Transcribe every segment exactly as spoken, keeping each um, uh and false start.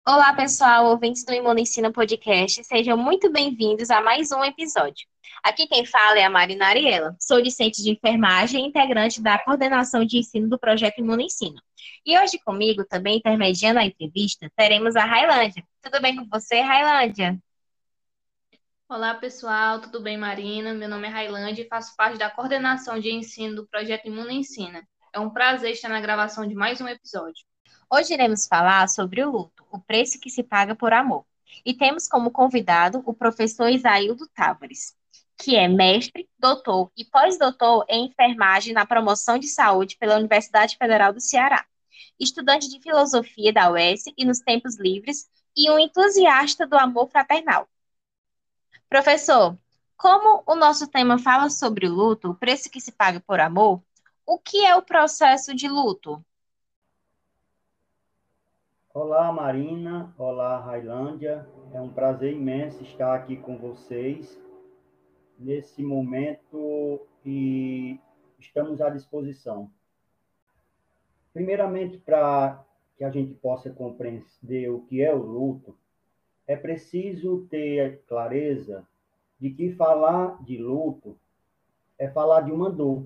Olá, pessoal, ouvintes do Imunicina Podcast, sejam muito bem-vindos a mais um episódio. Aqui quem fala é a Marina Ariela, sou discente de enfermagem e integrante da coordenação de ensino do projeto Imunicina. E hoje comigo, também intermediando a entrevista, teremos a Railândia. Tudo bem com você, Railândia? Olá, pessoal, tudo bem, Marina? Meu nome é Railândia e faço parte da coordenação de ensino do projeto Imuna Ensina. É um prazer estar na gravação de mais um episódio. Hoje iremos falar sobre o luto, o preço que se paga por amor. E temos como convidado o professor Isaildo Tavares, que é mestre, doutor e pós-doutor em enfermagem na promoção de saúde pela Universidade Federal do Ceará, estudante de filosofia da U E S e nos tempos livres e um entusiasta do amor fraternal. Professor, como o nosso tema fala sobre o luto, o preço que se paga por amor, o que é o processo de luto? Olá, Marina. Olá, Railândia. É um prazer imenso estar aqui com vocês nesse momento e estamos à disposição. Primeiramente, para que a gente possa compreender o que é o luto, é preciso ter clareza de que falar de luto é falar de uma dor.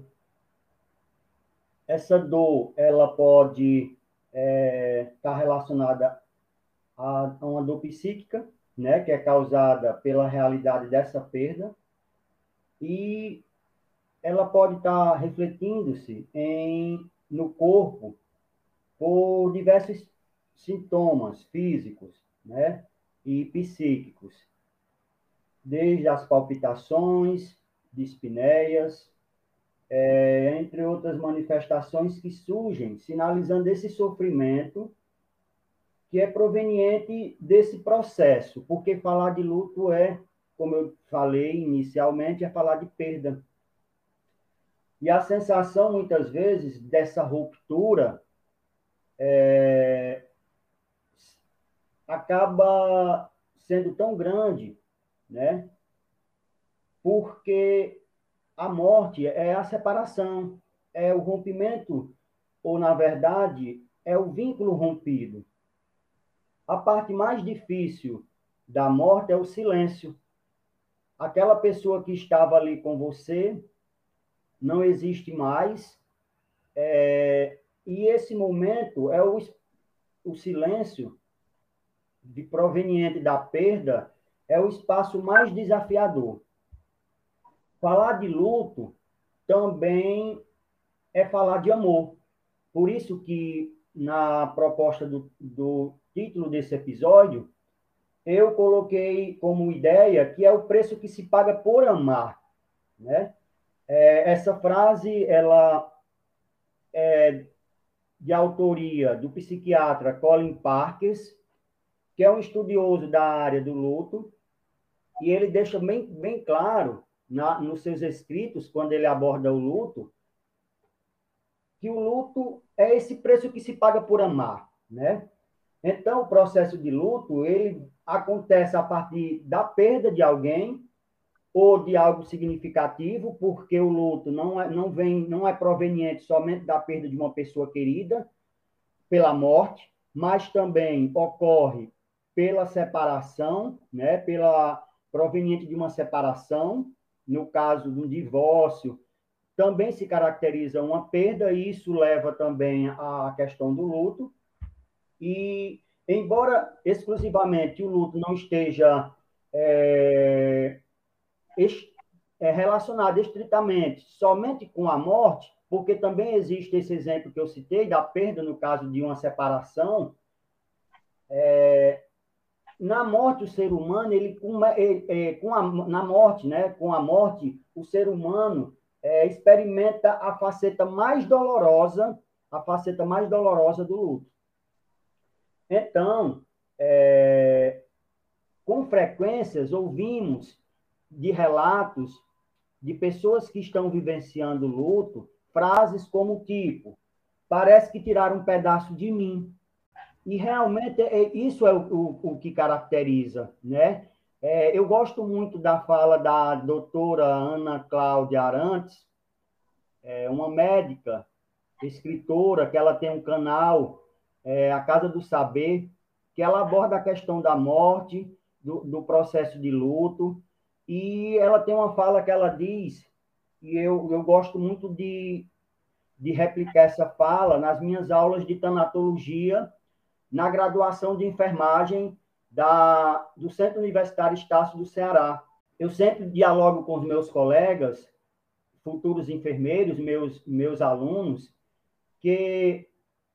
Essa dor, ela pode é, estar relacionada a uma dor psíquica, né, que é causada pela realidade dessa perda, e ela pode estar refletindo-se em no corpo por diversos sintomas físicos, né, e psíquicos, desde as palpitações, dispneias, é, entre outras manifestações que surgem, sinalizando esse sofrimento que é proveniente desse processo, porque falar de luto é, como eu falei inicialmente, é falar de perda. E a sensação, muitas vezes, dessa ruptura é, acaba sendo tão grande, né? Porque a morte é a separação, é o rompimento, ou, na verdade, é o vínculo rompido. A parte mais difícil da morte é o silêncio. Aquela pessoa que estava ali com você não existe mais, é, e esse momento é o, o silêncio de, proveniente da perda, é o espaço mais desafiador. Falar de luto também é falar de amor. Por isso que na proposta do, do título desse episódio, eu coloquei como ideia que é o preço que se paga por amar, né? É, essa frase, ela é de autoria do psiquiatra Colin Parkes, que é um estudioso da área do luto, e ele deixa bem, bem claro na, nos seus escritos, quando ele aborda o luto, que o luto é esse preço que se paga por amar, né? Então, o processo de luto, ele acontece a partir da perda de alguém ou de algo significativo, porque o luto não é, não vem, não é proveniente somente da perda de uma pessoa querida, pela morte, mas também ocorre pela separação, né, pela proveniente de uma separação, no caso de um divórcio, também se caracteriza uma perda, e isso leva também à questão do luto. E, embora exclusivamente o luto não esteja é, é relacionado estritamente somente com a morte, porque também existe esse exemplo que eu citei da perda no caso de uma separação. Na morte, o ser humano, ele, ele é, com a, na morte, né, com a morte, o ser humano é, experimenta a faceta mais dolorosa, a faceta mais dolorosa do luto. Então, é, com frequências, ouvimos de relatos de pessoas que estão vivenciando luto, frases como tipo, parece que tiraram um pedaço de mim. E realmente é, isso é o, o, o que caracteriza, né? É, eu gosto muito da fala da doutora Ana Cláudia Arantes, é uma médica, escritora, que ela tem um canal, é, A Casa do Saber, que ela aborda a questão da morte, do, do processo de luto, e ela tem uma fala que ela diz, e eu, eu gosto muito de, de replicar essa fala nas minhas aulas de tanatologia, na graduação de enfermagem da, do Centro Universitário Estácio do Ceará. Eu sempre dialogo com os meus colegas, futuros enfermeiros, meus, meus alunos, que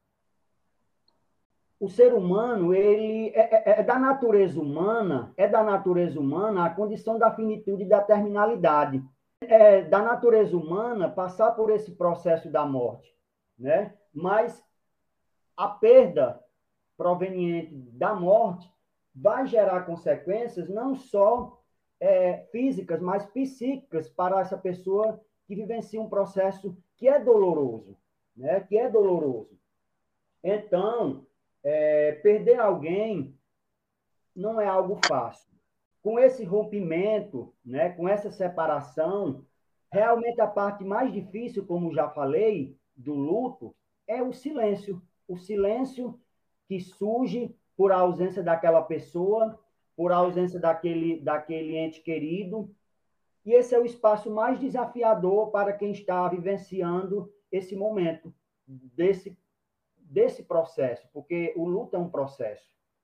o ser humano, ele é, é, é da natureza humana, é da natureza humana a condição da finitude e da terminalidade. É da natureza humana passar por esse processo da morte, né? Mas a perda proveniente da morte vai gerar consequências não só é, físicas, mas psíquicas para essa pessoa que vivencia um processo que é doloroso, né? Que é doloroso. Então, é, perder alguém não é algo fácil. Com esse rompimento, né, com essa separação, realmente a parte mais difícil, como já falei, do luto, é o silêncio. O silêncio que surge por ausência daquela pessoa, por ausência daquele, daquele ente querido. E esse é o espaço mais desafiador para quem está vivenciando esse momento, desse desse processo, porque o luto é um processo.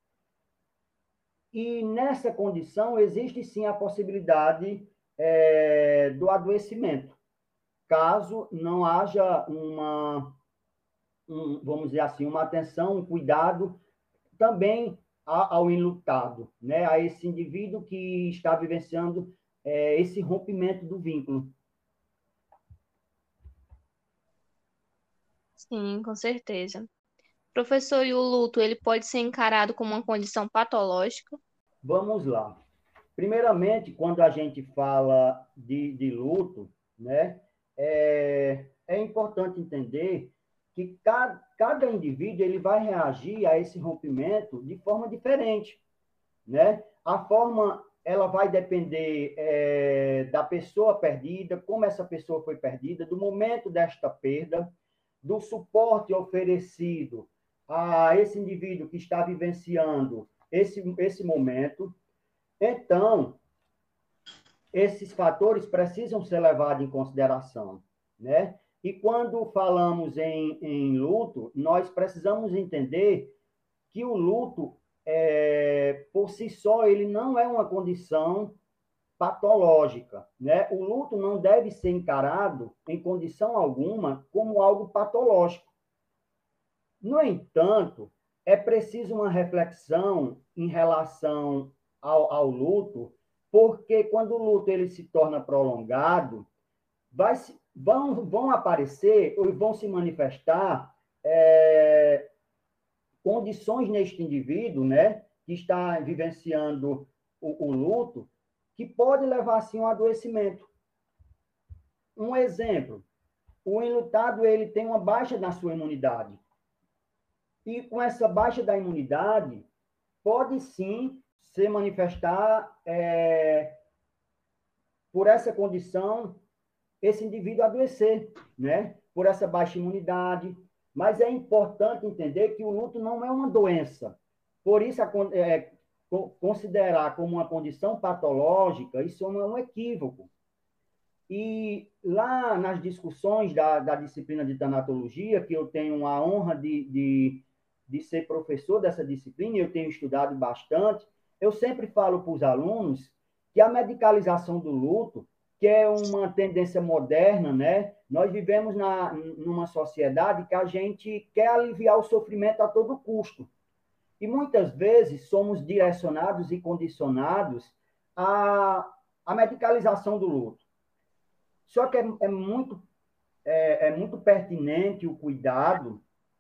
E nessa condição existe sim a possibilidade é, do adoecimento, caso não haja uma, um, vamos dizer assim, uma atenção, um cuidado também ao enlutado, né? A esse indivíduo que está vivenciando é, esse rompimento do vínculo. Sim, com certeza. Professor, e o luto, ele pode ser encarado como uma condição patológica? Vamos lá. Primeiramente, quando a gente fala de, de luto, né, é, é importante entender que cada, cada indivíduo ele vai reagir a esse rompimento de forma diferente, né? A forma ela vai depender é, da pessoa perdida, como essa pessoa foi perdida, do momento desta perda, do suporte oferecido a esse indivíduo que está vivenciando esse, esse momento. Então, esses fatores precisam ser levados em consideração, né? E quando falamos em, em luto, nós precisamos entender que o luto, é, por si só, ele não é uma condição patológica, né? O luto não deve ser encarado, em condição alguma, como algo patológico. No entanto, é preciso uma reflexão em relação ao, ao luto, porque quando o luto ele se torna prolongado, vai, vão, vão aparecer ou vão se manifestar é, condições neste indivíduo, né, que está vivenciando o, o luto, que pode levar, assim, a um adoecimento. Um exemplo, o enlutado ele tem uma baixa na sua imunidade. E com essa baixa da imunidade, pode sim se manifestar é, por essa condição, esse indivíduo adoecer, né? Por essa baixa imunidade. Mas é importante entender que o luto não é uma doença. Por isso, é, considerar como uma condição patológica, isso é um equívoco. E lá nas discussões da, da disciplina de tanatologia, que eu tenho a honra de, de, de ser professor dessa disciplina, e eu tenho estudado bastante, eu sempre falo para os alunos que a medicalização do luto, que é uma tendência moderna, né? Nós vivemos na, numa sociedade que a gente quer aliviar o sofrimento a todo custo. E muitas vezes somos direcionados e condicionados à, à medicalização do luto. Só que é, é, muito, é, é muito pertinente o cuidado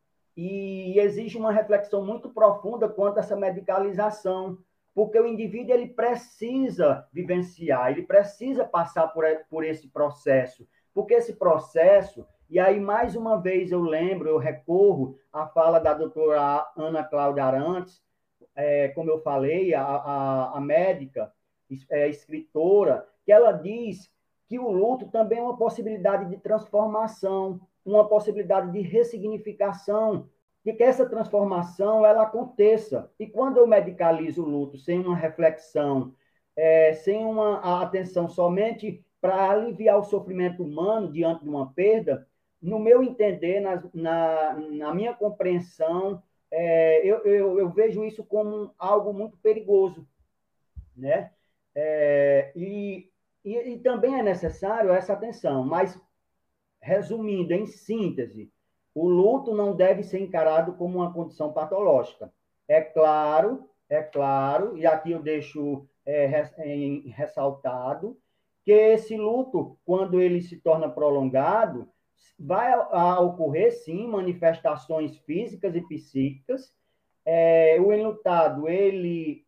e exige uma reflexão muito profunda quanto a essa medicalização, porque o indivíduo ele precisa vivenciar, ele precisa passar por, por esse processo, porque esse processo, e aí mais uma vez eu lembro, eu recorro à fala da doutora Ana Cláudia Arantes, é, como eu falei, a, a, a médica, é, escritora, que ela diz que o luto também é uma possibilidade de transformação, uma possibilidade de ressignificação, e que essa transformação ela aconteça. E quando eu medicalizo o luto sem uma reflexão, é, sem uma atenção somente para aliviar o sofrimento humano diante de uma perda, no meu entender, na, na, na minha compreensão, é, eu, eu, eu vejo isso como algo muito perigoso, né? É, e, e, e também é necessário essa atenção, mas, resumindo, em síntese, o luto não deve ser encarado como uma condição patológica. É claro, é claro, e aqui eu deixo é, em, ressaltado, que esse luto, quando ele se torna prolongado, vai a, a ocorrer, sim, manifestações físicas e psíquicas. É, o enlutado, ele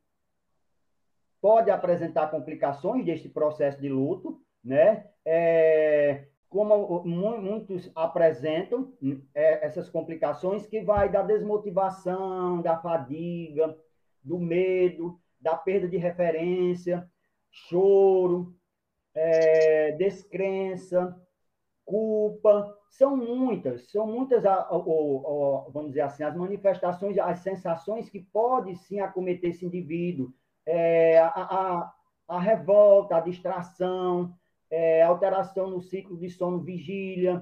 pode apresentar complicações deste processo de luto, né? É, como muitos apresentam é, essas complicações, que vai da desmotivação, da fadiga, do medo, da perda de referência, choro, é, descrença, culpa, são muitas, são muitas, vamos dizer assim, as manifestações, as sensações que podem sim acometer esse indivíduo, é, a, a, a revolta, a distração, é, alteração no ciclo de sono-vigília,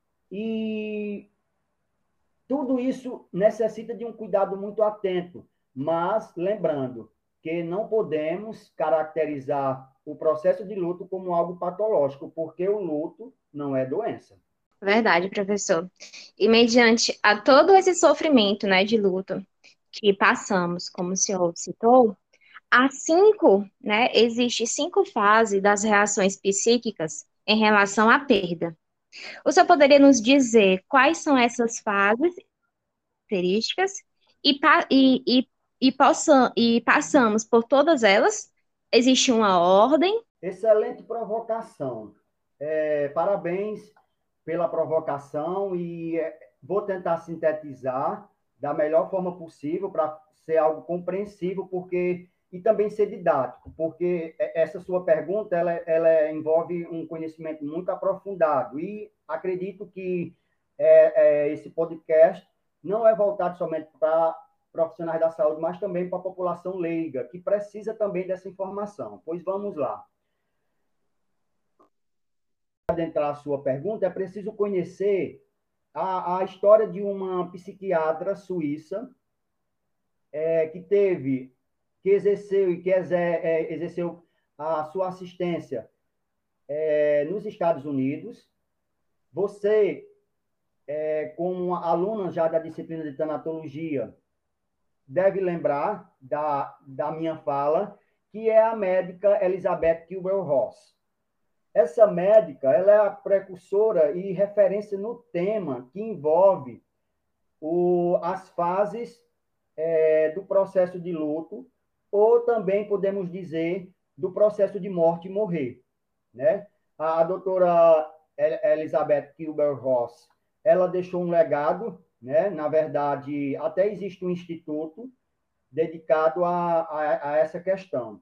e tudo isso necessita de um cuidado muito atento, mas lembrando que não podemos caracterizar o processo de luto como algo patológico, porque o luto não é doença. Verdade, professor. E mediante a todo esse sofrimento, né, de luto que passamos, como o senhor citou, há cinco, né, existe cinco fases das reações psíquicas em relação à perda. O senhor poderia nos dizer quais são essas fases, características, e, pa- e, e, e, possam, e passamos por todas elas? Existe uma ordem? Excelente provocação. É, parabéns pela provocação e é, vou tentar sintetizar da melhor forma possível para ser algo compreensível, porque e também ser didático, porque essa sua pergunta ela, ela envolve um conhecimento muito aprofundado e acredito que é, é, esse podcast não é voltado somente para profissionais da saúde, mas também para a população leiga, que precisa também dessa informação. Pois vamos lá. Para adentrar a sua pergunta, é preciso conhecer a, a história de uma psiquiatra suíça é, que teve, que exerceu e que exer, é, exerceu a sua assistência é, nos Estados Unidos. Você, é, como aluna já da disciplina de tanatologia, deve lembrar da, da minha fala, que é a médica Elizabeth Kübler-Ross. Essa médica, ela é a precursora e referência no tema que envolve o, as fases é, do processo de luto, ou também podemos dizer do processo de morte e morrer, né? A, a doutora Elizabeth Kübler-Ross, ela deixou um legado, né? Na verdade, até existe um instituto dedicado a, a, a essa questão.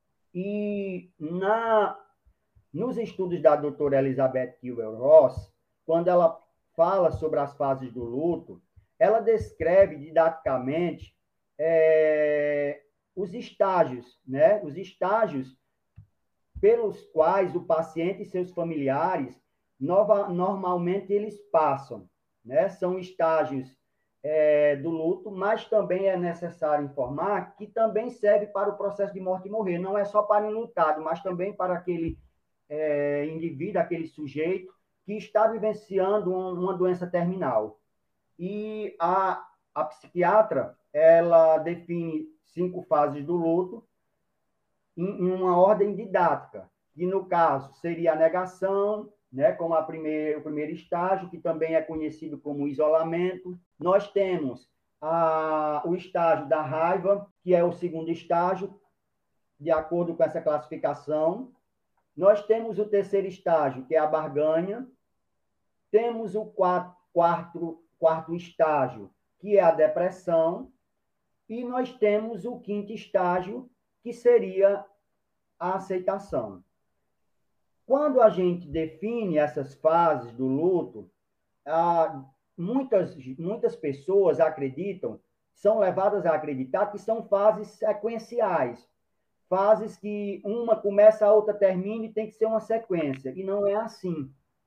E na nos estudos da doutora Elizabeth Kübler-Ross, quando ela fala sobre as fases do luto, ela descreve didaticamente é, os estágios, né? Os estágios pelos quais o paciente e seus familiares nova, normalmente eles passam, né? São estágios é, do luto, mas também é necessário informar que também serve para o processo de morte e morrer, não é só para o enlutado, mas também para aquele é, indivíduo, aquele sujeito que está vivenciando um, uma doença terminal. E a, a psiquiatra, ela define cinco fases do luto em, em uma ordem didática, que no caso seria a negação, né, como a primeir, o primeiro estágio, que também é conhecido como isolamento. Nós temos a, o estágio da raiva, que é o segundo estágio, de acordo com essa classificação. Nós temos o terceiro estágio, que é a barganha. Temos o quarto, quarto, quarto estágio, que é a depressão. E nós temos o quinto estágio, que seria a aceitação. Quando a gente define essas fases do luto, ah, muitas, muitas pessoas acreditam, são levadas a acreditar que são fases sequenciais, fases que uma começa, a outra termina e tem que ser uma sequência, e não é assim.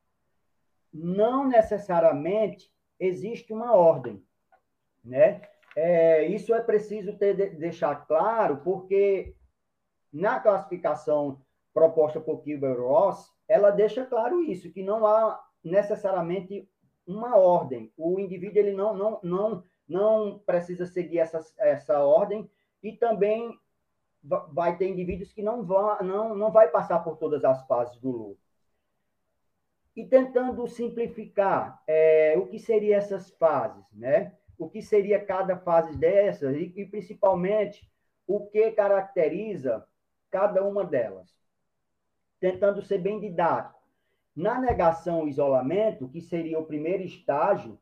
Não necessariamente existe uma ordem, né? É, isso é preciso ter, deixar claro, porque na classificação proposta por Kübler-Ross, ela deixa claro isso, que não há necessariamente uma ordem. O indivíduo ele não, não, não, não precisa seguir essa, essa ordem, e também vai ter indivíduos que não vão, não, não vai passar por todas as fases do luto. E tentando simplificar é, o que seriam essas fases, né? O que seria cada fase dessas e, e, principalmente, o que caracteriza cada uma delas. Tentando ser bem didático. Na negação e isolamento, que seria o primeiro estágio,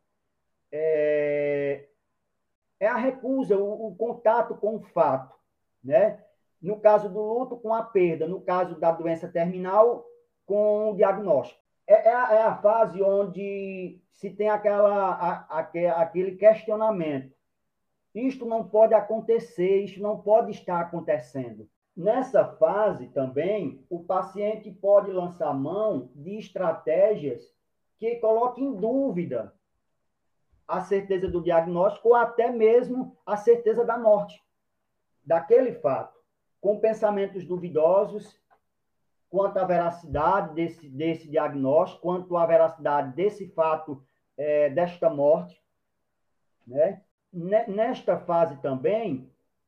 é, é a recusa, o, o contato com o fato, né? No caso do luto, com a perda. No caso da doença terminal, com o diagnóstico. É, é, a, é a fase onde se tem aquela, a, a, aquele questionamento. Isto não pode acontecer, isto não pode estar acontecendo. Nessa fase também, o paciente pode lançar mão de estratégias que coloquem em dúvida a certeza do diagnóstico ou até mesmo a certeza da morte daquele fato, com pensamentos duvidosos quanto à veracidade desse, desse diagnóstico, quanto à veracidade desse fato, é, desta morte, né? Nesta fase também,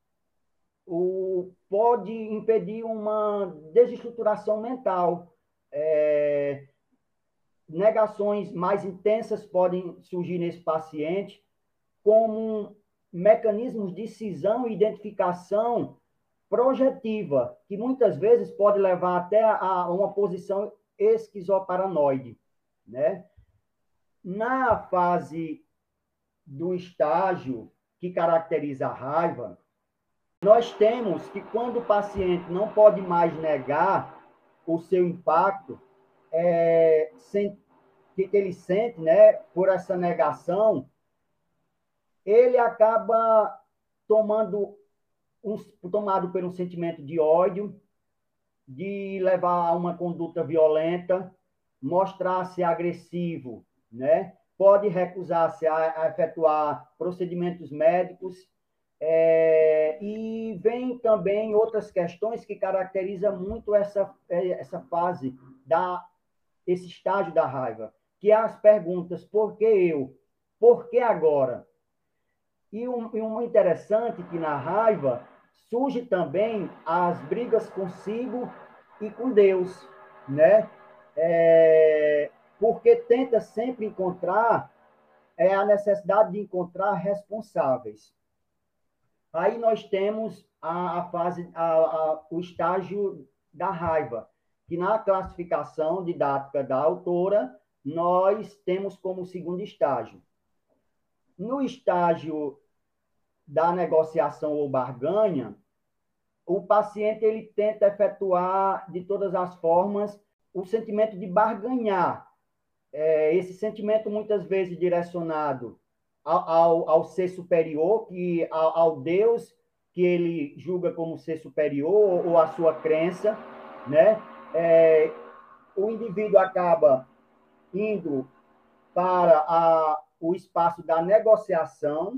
o, pode impedir uma desestruturação mental. É, negações mais intensas podem surgir nesse paciente, como mecanismos de cisão e identificação projetiva, que muitas vezes pode levar até a uma posição esquizoparanoide, né? Na fase do estágio que caracteriza a raiva, nós temos que quando o paciente não pode mais negar o seu impacto, é, que ele sente, né, por essa negação, ele acaba tomando um, tomado por um sentimento de ódio, de levar a uma conduta violenta, mostrar-se agressivo, né? Pode recusar-se a, a efetuar procedimentos médicos, é, e vem também outras questões que caracterizam muito essa, essa fase, da, esse estágio da raiva, que é as perguntas: por que eu? Por que agora? E um, e um interessante que na raiva surge também as brigas consigo e com Deus, né? É, porque tenta sempre encontrar, é, a necessidade de encontrar responsáveis. Aí nós temos a, a fase, a, a, o estágio da raiva, que na classificação didática da autora, nós temos como segundo estágio. No estágio da negociação ou barganha, o paciente ele tenta efetuar de todas as formas o sentimento de barganhar. É, esse sentimento muitas vezes direcionado ao, ao, ao ser superior, que, ao, ao Deus que ele julga como ser superior, ou a sua crença, né? É, o indivíduo acaba indo para a, o espaço da negociação,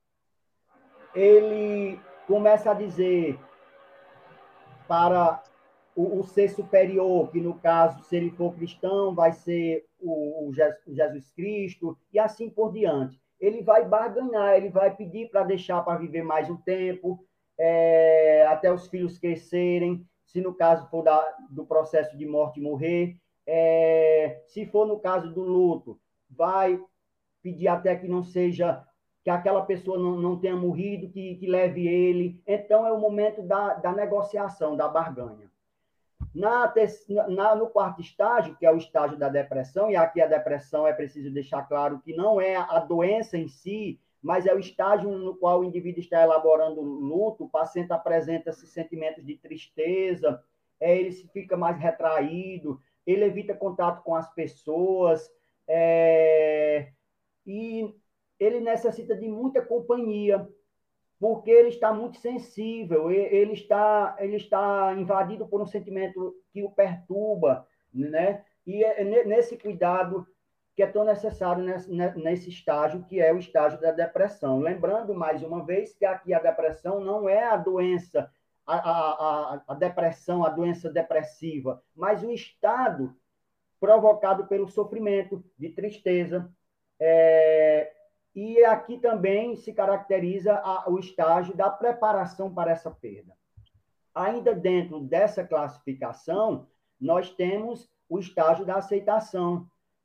ele começa a dizer para o, o ser superior, que no caso, se ele for cristão, vai ser o, o Jesus Cristo, e assim por diante. Ele vai barganhar, ele vai pedir para deixar para viver mais um tempo, é, até os filhos crescerem, se no caso for da, do processo de morte morrer, é, se for no caso do luto, vai pedir até que não seja, que aquela pessoa não, não tenha morrido, que, que leve ele. Então, é o momento da, da negociação, da barganha. Na, na, no quarto estágio, que é o estágio da depressão, e aqui a depressão é preciso deixar claro que não é a doença em si, mas é o estágio no qual o indivíduo está elaborando luto, o paciente apresenta esses sentimentos de tristeza, é, ele se fica mais retraído, ele evita contato com as pessoas, é, e ele necessita de muita companhia, porque ele está muito sensível, ele está, ele está invadido por um sentimento que o perturba, né? E é nesse cuidado que é tão necessário nesse, nesse estágio, que é o estágio da depressão. Lembrando, mais uma vez, que aqui a depressão não é a doença, a, a, a, a depressão, a doença depressiva, mas o estado provocado pelo sofrimento, de tristeza. É, e aqui também se caracteriza a, o estágio da preparação para essa perda. Ainda dentro dessa classificação, nós temos o estágio da aceitação,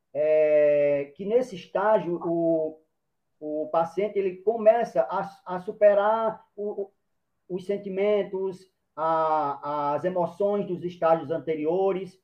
é, que nesse estágio o, o paciente ele começa a, a superar o, os sentimentos, a, as emoções dos estágios anteriores.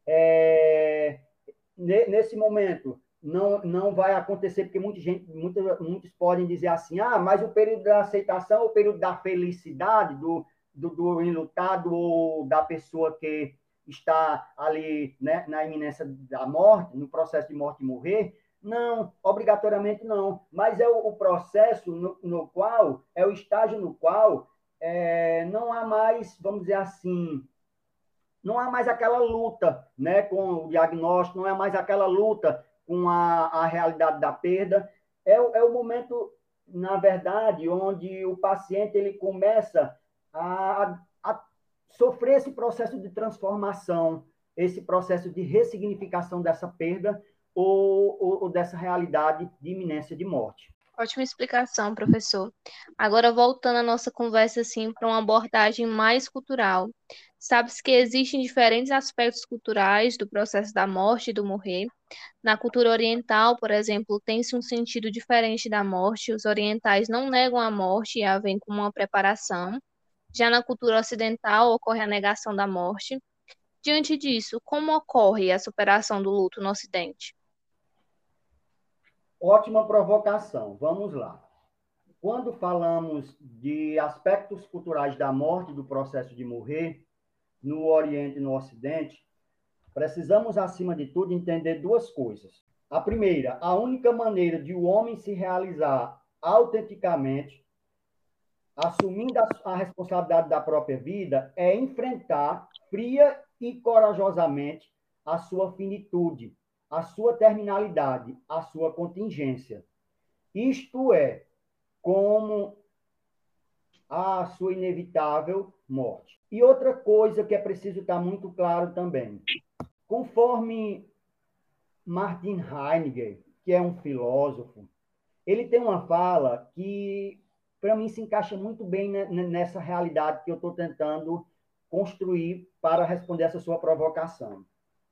É, nesse momento, não, não vai acontecer, porque muita gente, muita, muitos podem dizer assim, ah, mas o período da aceitação é o período da felicidade, do, do, do enlutado ou da pessoa que está ali, né, na iminência da morte, no processo de morte e morrer. Não, obrigatoriamente não, mas é o, o processo no, no qual, é o estágio no qual é, não há mais, vamos dizer assim, não há mais aquela luta, né, com o diagnóstico, não é mais aquela luta com a, a realidade da perda. É, é o momento, na verdade, onde o paciente ele começa a, a sofrer esse processo de transformação, esse processo de ressignificação dessa perda ou, ou, ou dessa realidade de iminência de morte. Ótima explicação, professor. Agora, voltando a nossa conversa assim para uma abordagem mais cultural. Sabe-se que existem diferentes aspectos culturais do processo da morte e do morrer. Na cultura oriental, por exemplo, tem-se um sentido diferente da morte. Os orientais não negam a morte e a veem como uma preparação. Já na cultura ocidental, ocorre a negação da morte. Diante disso, como ocorre a superação do luto no Ocidente? Ótima provocação. Vamos lá. Quando falamos de aspectos culturais da morte, do processo de morrer, no Oriente e no Ocidente, precisamos, acima de tudo, entender duas coisas. A primeira, a única maneira de o homem se realizar autenticamente, assumindo a responsabilidade da própria vida, é enfrentar fria e corajosamente a sua finitude, a sua terminalidade, a sua contingência. Isto é, como a sua inevitável morte. E outra coisa que é preciso estar muito claro também, conforme Martin Heidegger, que é um filósofo, ele tem uma fala que, para mim, se encaixa muito bem nessa realidade que eu estou tentando construir para responder essa sua provocação.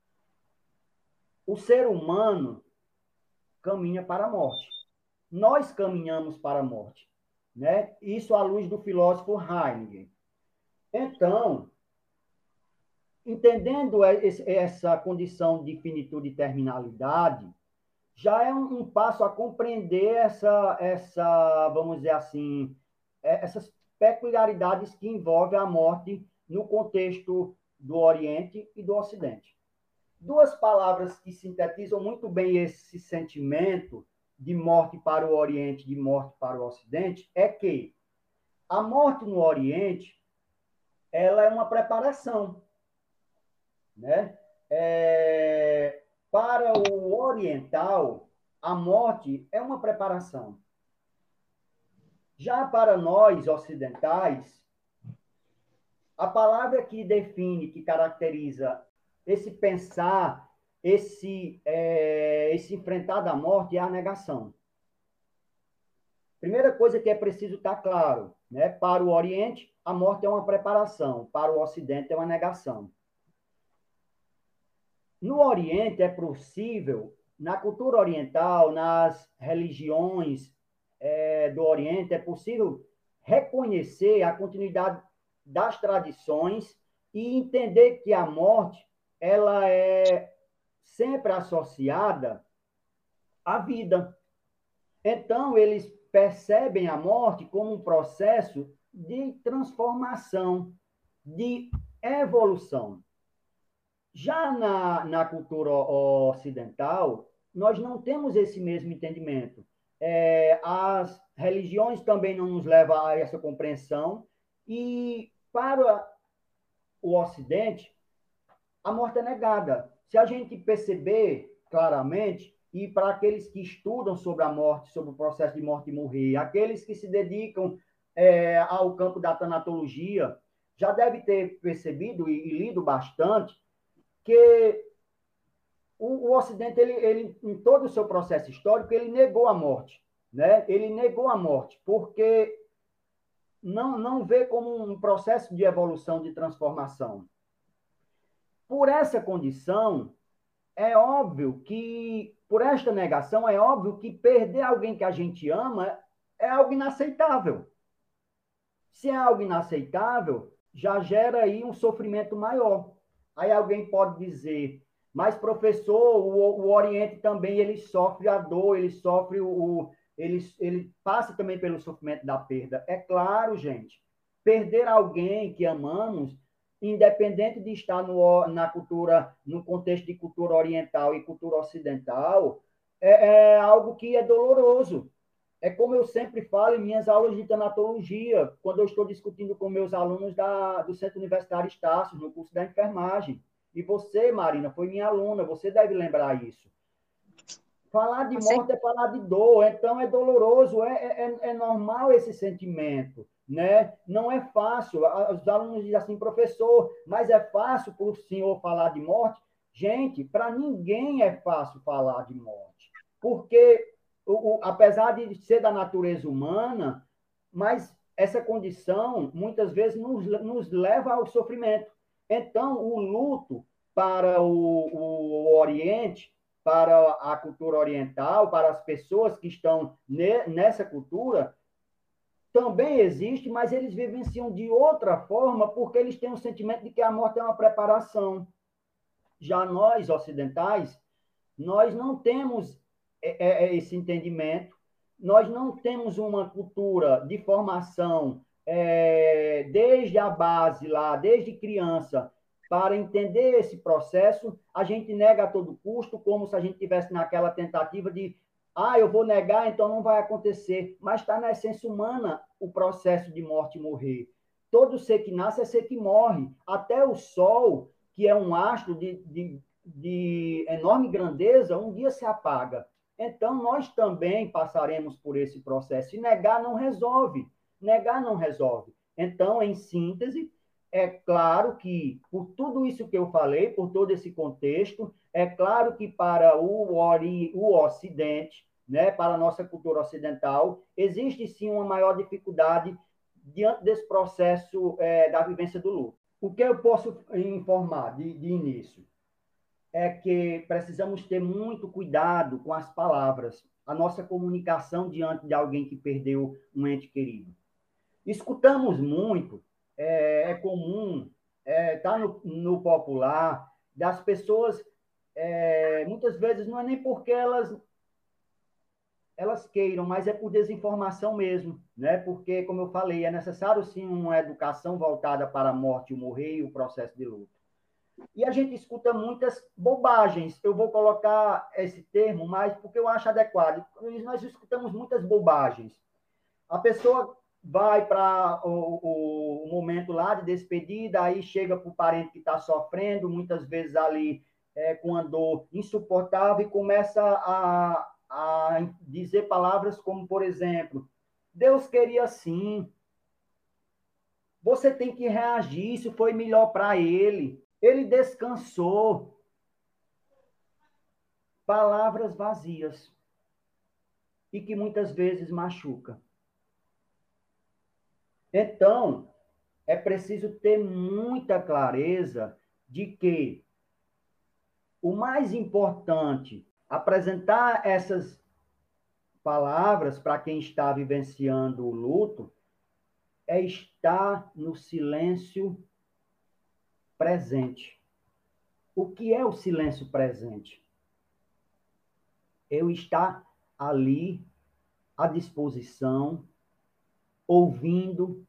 O ser humano caminha para a morte. Nós caminhamos para a morte, né? Isso à luz do filósofo Heidegger. Então, entendendo essa condição de finitude e terminalidade, já é um, um passo a compreender essa, essa, vamos dizer assim, essas peculiaridades que envolvem a morte no contexto do Oriente e do Ocidente. Duas palavras que sintetizam muito bem esse sentimento de morte para o Oriente, de morte para o Ocidente, é que a morte no Oriente, ela é uma preparação, né? É, para o oriental, a morte é uma preparação. Já para nós ocidentais, a palavra que define, que caracteriza esse pensar, esse, é, esse enfrentar da morte é a negação. Primeira coisa que é preciso estar claro, né? Para o Oriente, a morte é uma preparação, para o Ocidente é uma negação. No Oriente é possível, na cultura oriental, nas religiões é, do Oriente, é possível reconhecer a continuidade das tradições e entender que a morte ela é sempre associada à vida. Então, eles percebem a morte como um processo de transformação, de evolução. Já na, na cultura ocidental, nós não temos esse mesmo entendimento. É, as religiões também não nos levam a essa compreensão, e para o Ocidente, a morte é negada. Se a gente perceber claramente, e para aqueles que estudam sobre a morte, sobre o processo de morte e morrer, aqueles que se dedicam é, ao campo da tanatologia, já deve ter percebido e, e lido bastante que o, o Ocidente, ele, ele, em todo o seu processo histórico, ele negou a morte. Né? Ele negou a morte, porque não, não vê como um processo de evolução, de transformação. Por essa condição, é óbvio que, por esta negação, é óbvio que perder alguém que a gente ama é algo inaceitável. Se é algo inaceitável, já gera aí um sofrimento maior. Aí alguém pode dizer, mas professor, o, o Oriente também ele sofre a dor, ele sofre o, ele, ele passa também pelo sofrimento da perda. É claro, gente, perder alguém que amamos, independente de estar no, na cultura, no contexto de cultura oriental e cultura ocidental, é, é algo que é doloroso. É como eu sempre falo em minhas aulas de tanatologia, quando eu estou discutindo com meus alunos da, do Centro Universitário Estácio, no curso da enfermagem. E você, Marina, foi minha aluna, você deve lembrar isso. Falar de Você... morte é falar de dor, então é doloroso, é, é, é normal esse sentimento, né? Não é fácil. Os alunos dizem assim, professor, mas é fácil para o senhor falar de morte? Gente, para ninguém é fácil falar de morte, porque o, o, apesar de ser da natureza humana, mas essa condição muitas vezes nos, nos leva ao sofrimento. Então, o luto para o, o Oriente, para a cultura oriental, para as pessoas que estão ne, nessa cultura, também existe, mas eles vivenciam de outra forma, porque eles têm o sentimento de que a morte é uma preparação. Já nós, ocidentais, nós não temos esse entendimento, nós não temos uma cultura de formação é, desde a base lá, desde criança, para entender esse processo, a gente nega a todo custo, como se a gente tivesse naquela tentativa de, ah, eu vou negar, então não vai acontecer. Mas está na essência humana o processo de morte e morrer. Todo ser que nasce é ser que morre. Até o Sol, que é um astro de, de, de enorme grandeza, um dia se apaga. Então, nós também passaremos por esse processo. E negar não resolve. Negar não resolve. Então, em síntese, é claro que, por tudo isso que eu falei, por todo esse contexto, é claro que para o, ori, o Ocidente, né, para a nossa cultura ocidental, existe sim uma maior dificuldade diante desse processo é, da vivência do luto. O que eu posso informar de, de início é que precisamos ter muito cuidado com as palavras, a nossa comunicação diante de alguém que perdeu um ente querido. Escutamos muito, é, é comum, está é, tá no, no popular, das pessoas, é, muitas vezes não é nem porque elas, elas queiram, mas é por desinformação mesmo, né? Porque, como eu falei, é necessário sim uma educação voltada para a morte, o morrer e o processo de luto. E a gente escuta muitas bobagens. Eu vou colocar esse termo mais porque eu acho adequado. Nós escutamos muitas bobagens. A pessoa vai para o, o, momento lá de despedida, aí chega para o parente que está sofrendo, muitas vezes ali é, com uma dor insuportável, e começa a, a dizer palavras como, por exemplo, Deus queria assim, você tem que reagir, isso foi melhor para ele. Ele descansou. Palavras vazias e que muitas vezes machuca. Então, é preciso ter muita clareza de que o mais importante, apresentar essas palavras para quem está vivenciando o luto, é estar no silêncio presente. O que é o silêncio presente? Eu estar ali, à disposição, ouvindo,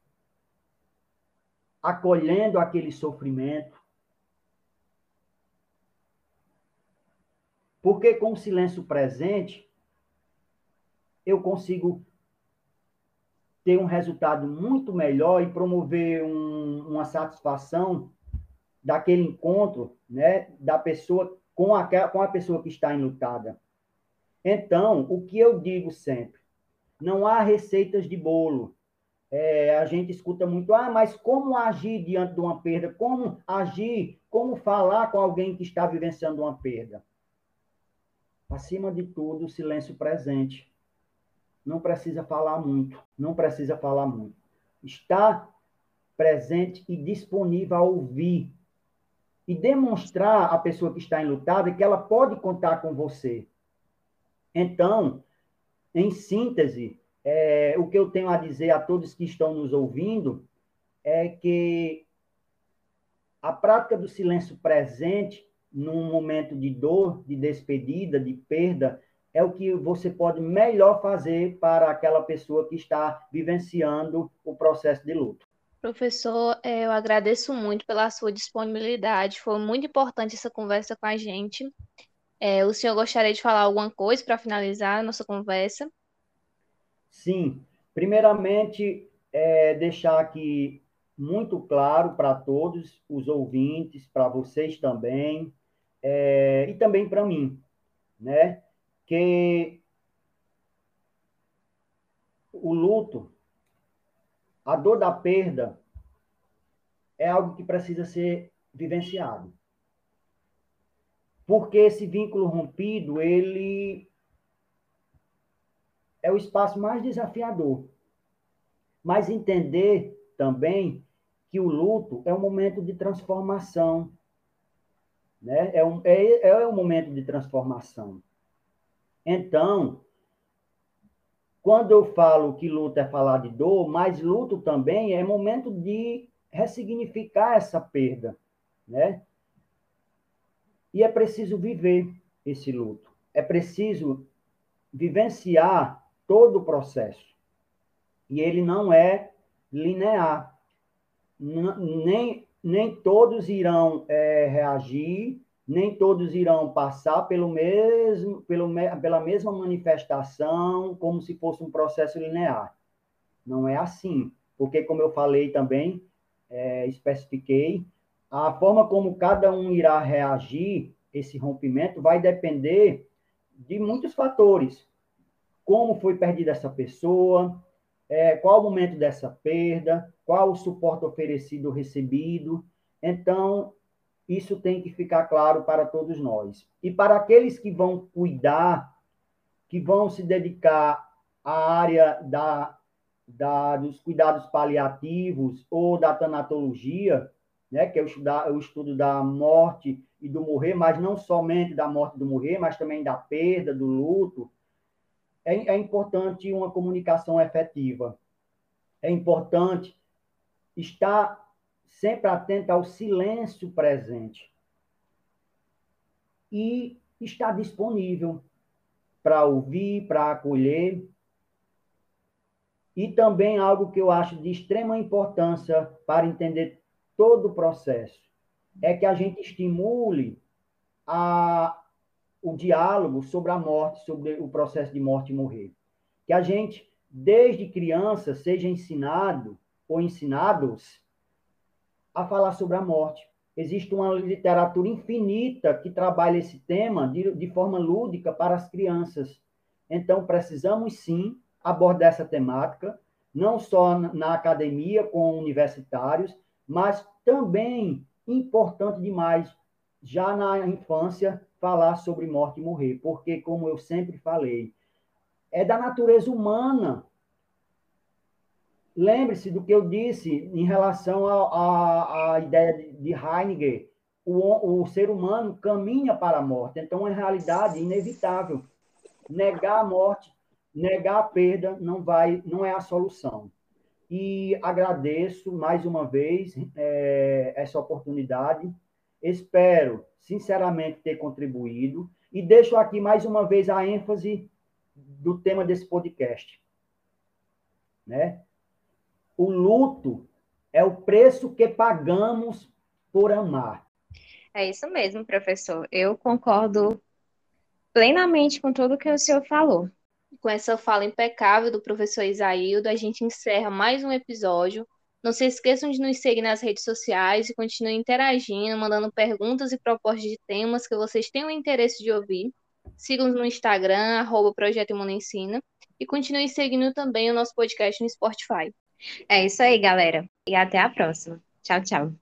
acolhendo aquele sofrimento, Porque com o silêncio presente, eu consigo ter um resultado muito melhor e promover um, uma satisfação daquele encontro, né, da pessoa com a, com a pessoa que está enlutada. Então, o que eu digo sempre, não há receitas de bolo. É, a gente escuta muito, ah, mas como agir diante de uma perda? Como agir? Como falar com alguém que está vivenciando uma perda? Acima de tudo, o silêncio presente. Não precisa falar muito, não precisa falar muito. Está presente e disponível a ouvir e demonstrar à pessoa que está enlutada que ela pode contar com você. Então, em síntese, é, o que eu tenho a dizer a todos que estão nos ouvindo é que a prática do silêncio presente, num momento de dor, de despedida, de perda, é o que você pode melhor fazer para aquela pessoa que está vivenciando o processo de luto. Professor, eh, eu agradeço muito pela sua disponibilidade. Foi muito importante essa conversa com a gente. Eh, o senhor gostaria de falar alguma coisa para finalizar a nossa conversa? Sim, primeiramente, é, deixar aqui muito claro para todos os ouvintes, para vocês também, é, e também para mim, né? Que o luto, a dor da perda, é algo que precisa ser vivenciado. Porque esse vínculo rompido, ele é o espaço mais desafiador. Mas entender também que o luto é um momento de transformação, né? É um, é, é um momento de transformação. Então, quando eu falo que luto é falar de dor, mas luto também é momento de ressignificar essa perda, né? E é preciso viver esse luto. É preciso vivenciar todo o processo. E ele não é linear. Nem, nem todos irão é, reagir, nem todos irão passar pelo mesmo, pelo, pela mesma manifestação, como se fosse um processo linear. Não é assim, porque, como eu falei também, é, especifiquei, a forma como cada um irá reagir, esse rompimento, vai depender de muitos fatores. Como foi perdida essa pessoa, é, qual o momento dessa perda, qual o suporte oferecido ou recebido. Então, isso tem que ficar claro para todos nós. E para aqueles que vão cuidar, que vão se dedicar à área da, da, dos cuidados paliativos ou da tanatologia, né, que é o, estudar, o estudo da morte e do morrer, mas não somente da morte e do morrer, mas também da perda, do luto, é, é importante uma comunicação efetiva. É importante estar sempre atento ao silêncio presente e estar disponível para ouvir, para acolher. E também algo que eu acho de extrema importância para entender todo o processo é que a gente estimule a, o diálogo sobre a morte, sobre o processo de morte e morrer. Que a gente, desde criança, seja ensinado ou ensinados a falar sobre a morte. Existe uma literatura infinita que trabalha esse tema de, de forma lúdica para as crianças. Então, precisamos sim abordar essa temática, não só na academia com universitários, mas também, importante demais, já na infância, falar sobre morte e morrer, porque, como eu sempre falei, é da natureza humana. Lembre-se do que eu disse em relação à ideia de, de Heidegger. O, o ser humano caminha para a morte, então é realidade inevitável. Negar a morte, negar a perda não vai, não é a solução. E agradeço mais uma vez é, essa oportunidade. Espero, sinceramente, ter contribuído. E deixo aqui mais uma vez a ênfase do tema desse podcast, né? O luto é o preço que pagamos por amar. É isso mesmo, professor. Eu concordo plenamente com tudo que o senhor falou. Com essa fala impecável do professor Isaíldo, a gente encerra mais um episódio. Não se esqueçam de nos seguir nas redes sociais e continuem interagindo, mandando perguntas e propostas de temas que vocês tenham interesse de ouvir. Sigam-nos no Instagram, arroba Projeto Imuno Ensina, e continuem seguindo também o nosso podcast no Spotify. É isso aí, galera. E até a próxima. Tchau, tchau.